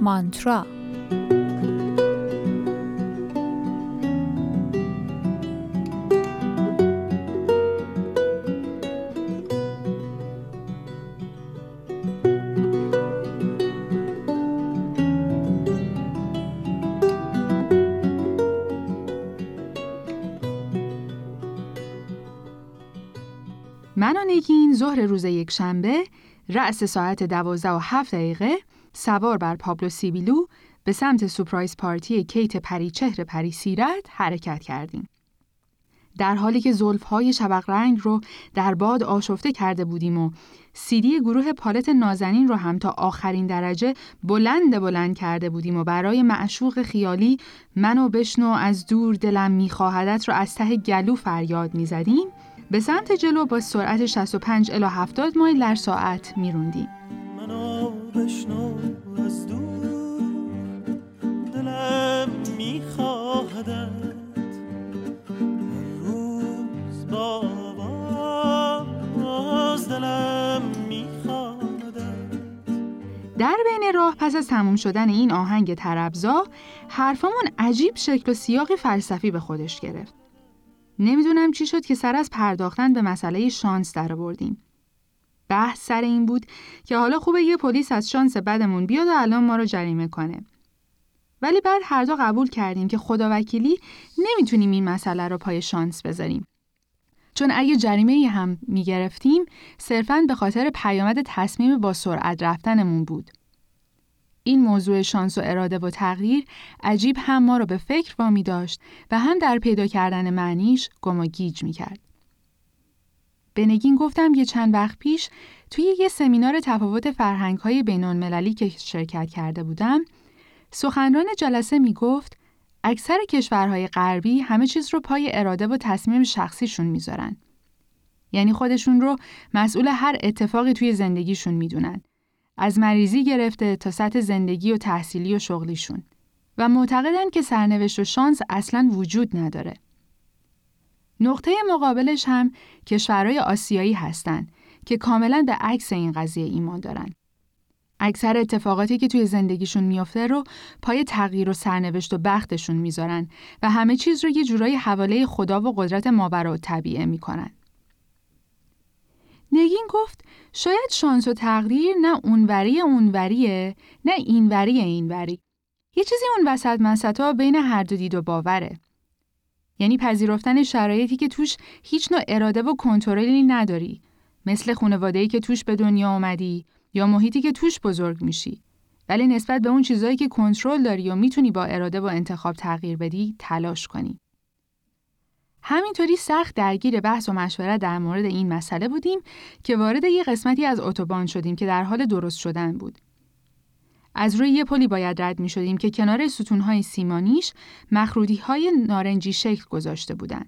مانترا. من و نگین ظهر روز یک شنبه رأس ساعت 12:07 سوار بر پابلو سیبیلو به سمت سورپرایز پارتی کیت پریچهر پریسیرت حرکت کردیم. در حالی که زلف‌های شبق رنگ رو در باد آشفته کرده بودیم و سیدی گروه پالت نازنین رو هم تا آخرین درجه بلند کرده بودیم و برای معشوق خیالی منو بشنو از دور دلم میخواهدت رو از ته گلو فریاد میزدیم، به سمت جلو با سرعت 65 الی 70 مایل در ساعت میروندیم. منو بشنو از دور دلم میخواهدت روز با آواز دلم میخواهدت. در بین راه پس از تموم شدن این آهنگ طربزا حرفمون عجیب شکل و سیاقی فلسفی به خودش گرفت. نمیدونم چی شد که سر از پرداختن به مسئله شانس در آوردیم. بحث سر این بود که حالا خوبه یه پلیس از شانس بدمون بیاد و الان ما رو جریمه کنه. ولی بعد هر دو قبول کردیم که خداوکیلی نمیتونیم این مسئله رو پای شانس بذاریم. چون اگه جریمه هم میگرفتیم صرفاً به خاطر پیامد تصمیم با سرعت رفتنمون بود. این موضوع شانس و اراده و تغییر عجیب هم ما رو به فکر وامی داشت و هم در پیدا کردن معنیش گم و گیج میکرد. به نگین گفتم که چند وقت پیش توی یه سمینار تفاوت فرهنگ‌های بین‌المللی که شرکت کرده بودم، سخنران جلسه میگفت اکثر کشورهای غربی همه چیز رو پای اراده و تصمیم شخصیشون میذارن. یعنی خودشون رو مسئول هر اتفاقی توی زندگیشون میدونن. از مریضی گرفته تا سطح زندگی و تحصیلی و شغلیشون و معتقدن که سرنوشت و شانس اصلاً وجود نداره. نقطه مقابلش هم کشورهای آسیایی هستن که کاملاً به عکس این قضیه ایمان دارن. اکثر اتفاقاتی که توی زندگیشون میفته رو پای تغییر و سرنوشت و بختشون میذارن و همه چیز رو یه جورایی حواله خدا و قدرت ماوراءالطبیعه میکنن. نگین گفت شاید شانس و تقدیر نه اونوریه نه اینوری. یه چیزی اون وسط مسطا بین هر دو دید و باوره. یعنی پذیرفتن شرایطی که توش هیچ نوع اراده و کنترلی نداری، مثل خانواده‌ای که توش به دنیا اومدی یا محیطی که توش بزرگ میشی، ولی نسبت به اون چیزایی که کنترل داری و میتونی با اراده و انتخاب تغییر بدی تلاش کنی. همینطوری سخت درگیر بحث و مشورت در مورد این مسئله بودیم که وارد یه قسمتی از اتوبان شدیم که در حال درست شدن بود. از روی یه پلی باید رد می شدیم که کنار ستونهای سیمانیش مخروطی‌های نارنجی شکل گذاشته بودن.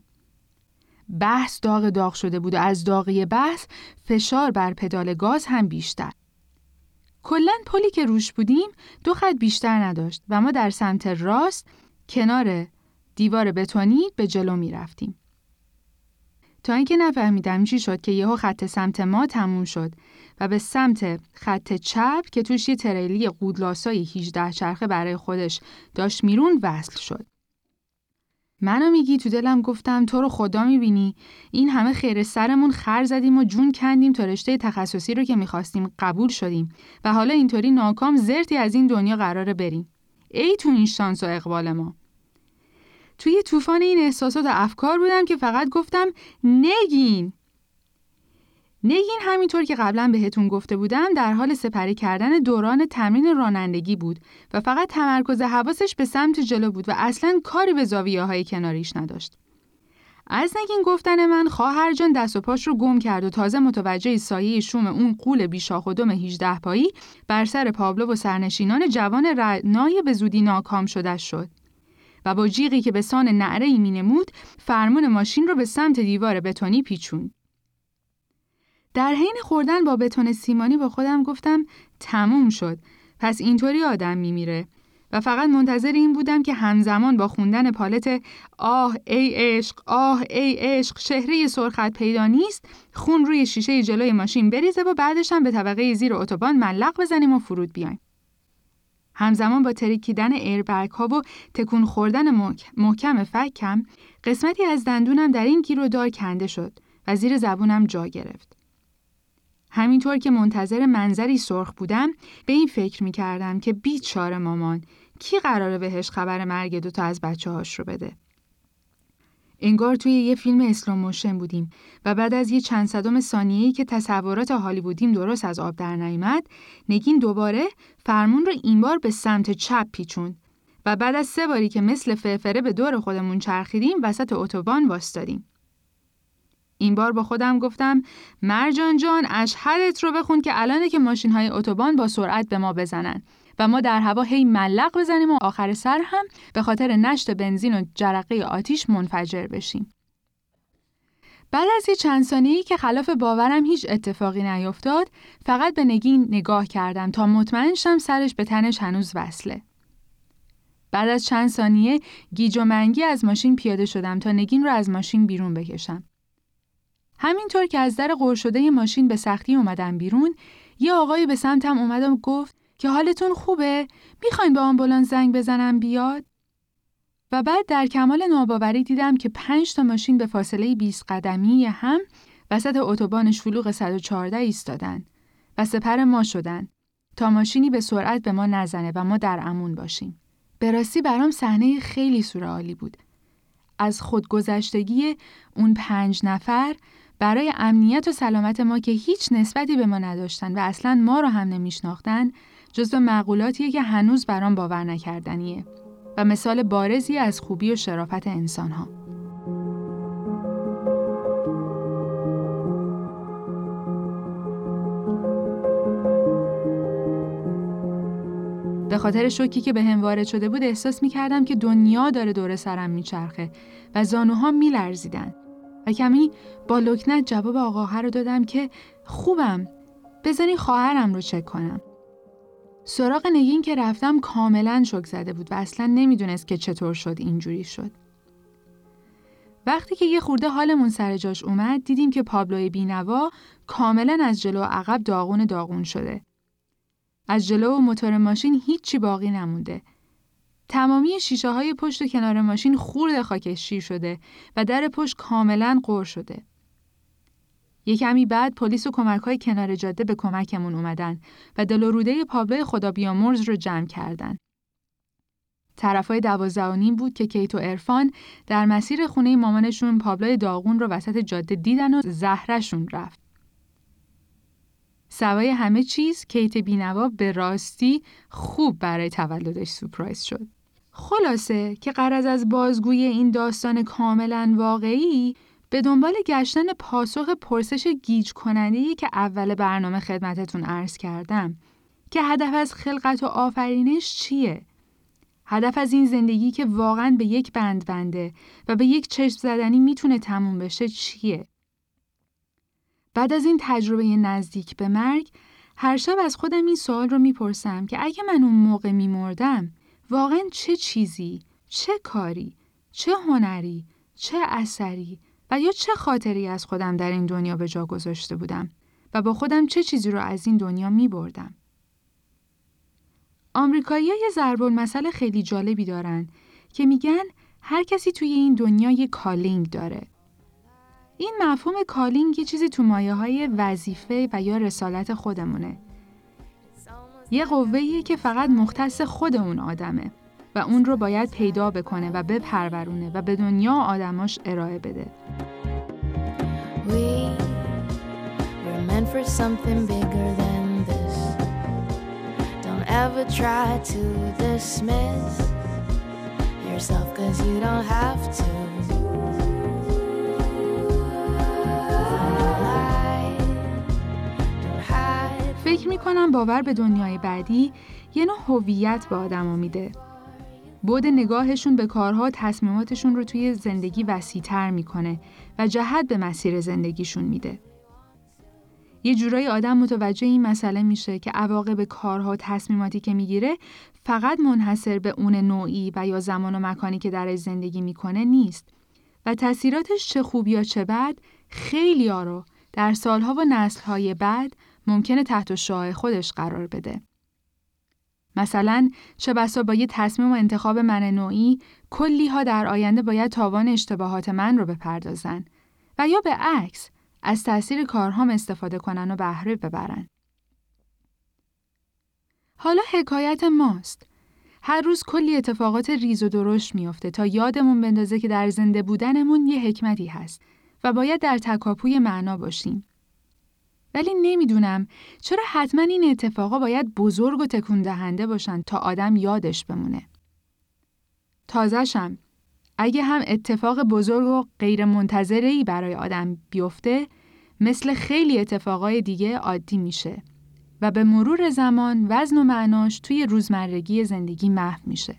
بحث داغ شده بود و از داغی بحث فشار بر پدال گاز هم بیشتر. کلاً پلی که روش بودیم 2 خط بیشتر نداشت و ما در سمت راست کنار دیوار بتونی به جلو می رفتیم. تا اینکه نفهمیدم چی شد که یهو خط سمت ما تموم شد و به سمت خط چپ که توش یه تریلی قودلاسای 18 چرخه برای خودش داشت میرون وصل شد. منو میگی تو دلم گفتم تو رو خدا میبینی این همه خیر سرمون خر زدیم و جون کندیم تا رشته تخصصی رو که میخواستیم قبول شدیم و حالا اینطوری ناکام زرتی از این دنیا قراره بریم. ای تو این شانس و اقبال ما. توی طوفان این احساسات و افکار بودم که فقط گفتم نگین همینطور که قبلا بهتون گفته بودم در حال سپری کردن دوران تمرین رانندگی بود و فقط تمرکز حواسش به سمت جلو بود و اصلاً کاری به زاویه‌های کناریش نداشت. از نگین گفتن من خواهر جان دست و پاش رو گم کرد و تازه متوجه سایه شوم اون غول بیشاخ و دم 18 پایی بر سر پابلو و سرنشینان جوان رعنای به زودی ناکام شده شد. و با جیغی که به سان نعره‌ای می‌نمود فرمون ماشین رو به سمت دیوار بتونی پیچوند. در حین خوردن با بتون سیمانی با خودم گفتم تموم شد، پس اینطوری آدم میمیره و فقط منتظر این بودم که همزمان با خوندن پالت آه ای عشق شهره سرخط پیدا نیست خون روی شیشه جلوی ماشین بریزه و بعدش هم به طبقه زیر اتوبان ملق بزنیم و فرود بیایم. همزمان با ترکیدن ایربگ ها و تکون خوردن محکم فکم، قسمتی از دندونم در این گیر و دار کنده شد و زیر زبونم جا گرفت. همینطور که منتظر منظری سرخ بودم، به این فکر می‌کردم که بیچاره مامان، کی قراره بهش خبر مرگ 2 از بچه‌هاش رو بده؟ انگار توی یه فیلم اسلو موشن بودیم و بعد از یه چند صدم ثانیه‌ای که تصورات هالیوودیم درست از آب در نیامد، نگین دوباره فرمون رو این بار به سمت چپ پیچوند و بعد از 3 باری که مثل فرفره به دور خودمون چرخیدیم وسط اتوبان وایستادیم. این بار با خودم گفتم مرجان جان اشهدت رو بخون که الانه که ماشین‌های اتوبان با سرعت به ما بزنن و ما در هوا هی ملق بزنیم و آخر سر هم به خاطر نشت بنزین و جرقه آتیش منفجر بشیم. بعد از یه چند ثانیه‌ای که خلاف باورم هیچ اتفاقی نیفتاد، فقط به نگین نگاه کردم تا مطمئن شم سرش به تنش هنوز وصله. بعد از چند ثانیه گیج و منگی از ماشین پیاده شدم تا نگین رو از ماشین بیرون بکشم. همینطور که از در غر شده ماشین به سختی اومدم بیرون، یه آقایی به سمتم اومد و گفت که حالتون خوبه؟ میخواین به آمبولانس زنگ بزنم بیاد؟ و بعد در کمال ناباوری دیدم که 5 تا ماشین به فاصله 20 قدمی هم وسط اتوبان شلوغ 114 ایستادن و سپر ما شدن تا ماشینی به سرعت به ما نزنه و ما در امان باشیم. به راستی برام صحنه خیلی سورئالی بود. از خودگذشتگی اون 5 نفر برای امنیت و سلامت ما که هیچ نسبتی به ما نداشتن و اصلاً ما رو هم نمیشناختن، جزو معقولاتیه که هنوز برام باور نکردنیه و مثال بارزی از خوبی و شرافت انسان‌ها. به خاطر شوکی که به هم وارد شده بود احساس می‌کردم که دنیا داره دور سرم میچرخه و زانوهام میلرزیدن و کمی با لکنت جواب آقاها رو دادم که خوبم، بذارین خواهرم رو چک کنم. سراغ نگین که رفتم کاملاً شوک زده بود و اصلاً نمیدونست که چطور شد اینجوری شد. وقتی که یه خورده حالمون سر جاش اومد دیدیم که پابلوی بینوا کاملاً از جلو و عقب داغون شده. از جلو و موتور ماشین هیچی باقی نمونده. تمامی شیشه‌های پشت و کنار ماشین خورد خاکشیر شده و در پشت کاملاً قور شده. یک کمی بعد پلیس و کمک‌های کنار جاده به کمکمون اومدن و دل و روده پابلو خدا بیامرز رو جمع کردن. طرفای 12:30 بود که کیت و عرفان در مسیر خونه مامانشون پابلو داغون رو وسط جاده دیدن و زهرشون رفت. سوای همه چیز کیت بینوا به راستی خوب برای تولدش سورپرایز شد. خلاصه که غرض از بازگویی این داستان کاملاً واقعی به دنبال گشتن پاسخ پرسش گیج کننده‌ای که اول برنامه خدمتتون عرض کردم که هدف از خلقت و آفرینش چیه؟ هدف از این زندگی که واقعاً به یک بند بنده و به یک چشم زدنی میتونه تموم بشه چیه؟ بعد از این تجربه نزدیک به مرگ هر شب از خودم این سوال رو میپرسم که اگه من اون موقع میمردم واقعاً چه چیزی، چه کاری، چه هنری، چه اثری و یا چه خاطری از خودم در این دنیا به جا گذاشته بودم و با خودم چه چیزی رو از این دنیا می بردم. آمریکایی‌ها یه ضرب‌المثل خیلی جالبی دارن که میگن هر کسی توی این دنیا یه کالینگ داره. این مفهوم کالینگ یه چیزی تو مایه‌های وظیفه و یا رسالت خودمونه. یه قوه‌ایه که فقط مختص خود اون آدمه و اون رو باید پیدا بکنه و بپرورونه و به دنیا آدماش ارائه بده. We were meant for something bigger than this. Don't ever try to dismiss yourself 'cause you don't have to. فکر می‌کنم باور به دنیای بعدی یه نوع هویت به آدم‌ها میده. بعد نگاهشون به کارها و تصمیماتشون رو توی زندگی وسیع‌تر میکنه و جهت به مسیر زندگیشون میده. یه جورایی آدم متوجه این مسئله میشه که عواقب کارها و تصمیماتی که میگیره فقط منحصر به اون نوعی و یا زمان و مکانی که درش زندگی میکنه نیست و تأثیراتش چه خوب یا چه بد خیلی‌ها رو در سالها و نسل‌های بعد ممکنه تحت شعاع خودش قرار بده. مثلا چه بسا با یه تصمیم و انتخاب من نوعی کلی ها در آینده باید تاوان اشتباهات من رو بپردازن و یا به عکس از تأثیر کارهام استفاده کنن و بهره ببرن. حالا حکایت ماست. هر روز کلی اتفاقات ریز و درشت میفته تا یادمون بندازه که در زنده بودنمون یه حکمتی هست و باید در تکاپوی معنا باشیم. ولی نمیدونم چرا حتما این اتفاقا باید بزرگ و تکون دهنده باشن تا آدم یادش بمونه. تازه‌شم اگه هم اتفاق بزرگ و غیر منتظره‌ای برای آدم بیفته، مثل خیلی اتفاقای دیگه عادی میشه و به مرور زمان وزن و معناش توی روزمرگی زندگی محو میشه.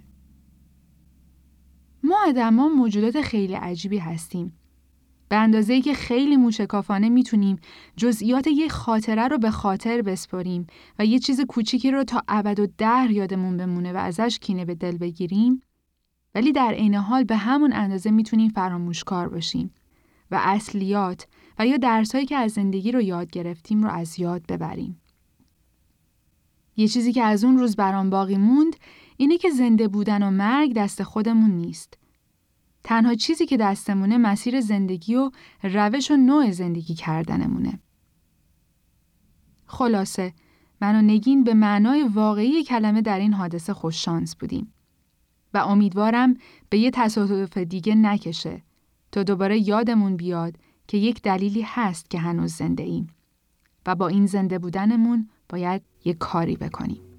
ما آدم‌ها موجودات خیلی عجیبی هستیم. به اندازه‌ای که خیلی موشکافانه میتونیم جزئیات یک خاطره رو به خاطر بسپاریم و یه چیز کوچیکی رو تا ابدالدهر یادمون بمونه و ازش کینه به دل بگیریم، ولی در عین حال به همون اندازه میتونیم فراموشکار باشیم و اصلیات و یا درسایی که از زندگی رو یاد گرفتیم رو از یاد ببریم. یه چیزی که از اون روز برام باقی موند اینه که زنده بودن و مرگ دست خودمون نیست. تنها چیزی که دستمونه مسیر زندگی و روش و نوع زندگی کردنمونه. خلاصه من و نگین به معنای واقعی کلمه در این حادثه خوششانس بودیم و امیدوارم به یه تصادف دیگه نکشه تا دوباره یادمون بیاد که یک دلیلی هست که هنوز زنده ایم و با این زنده بودنمون باید یه کاری بکنیم.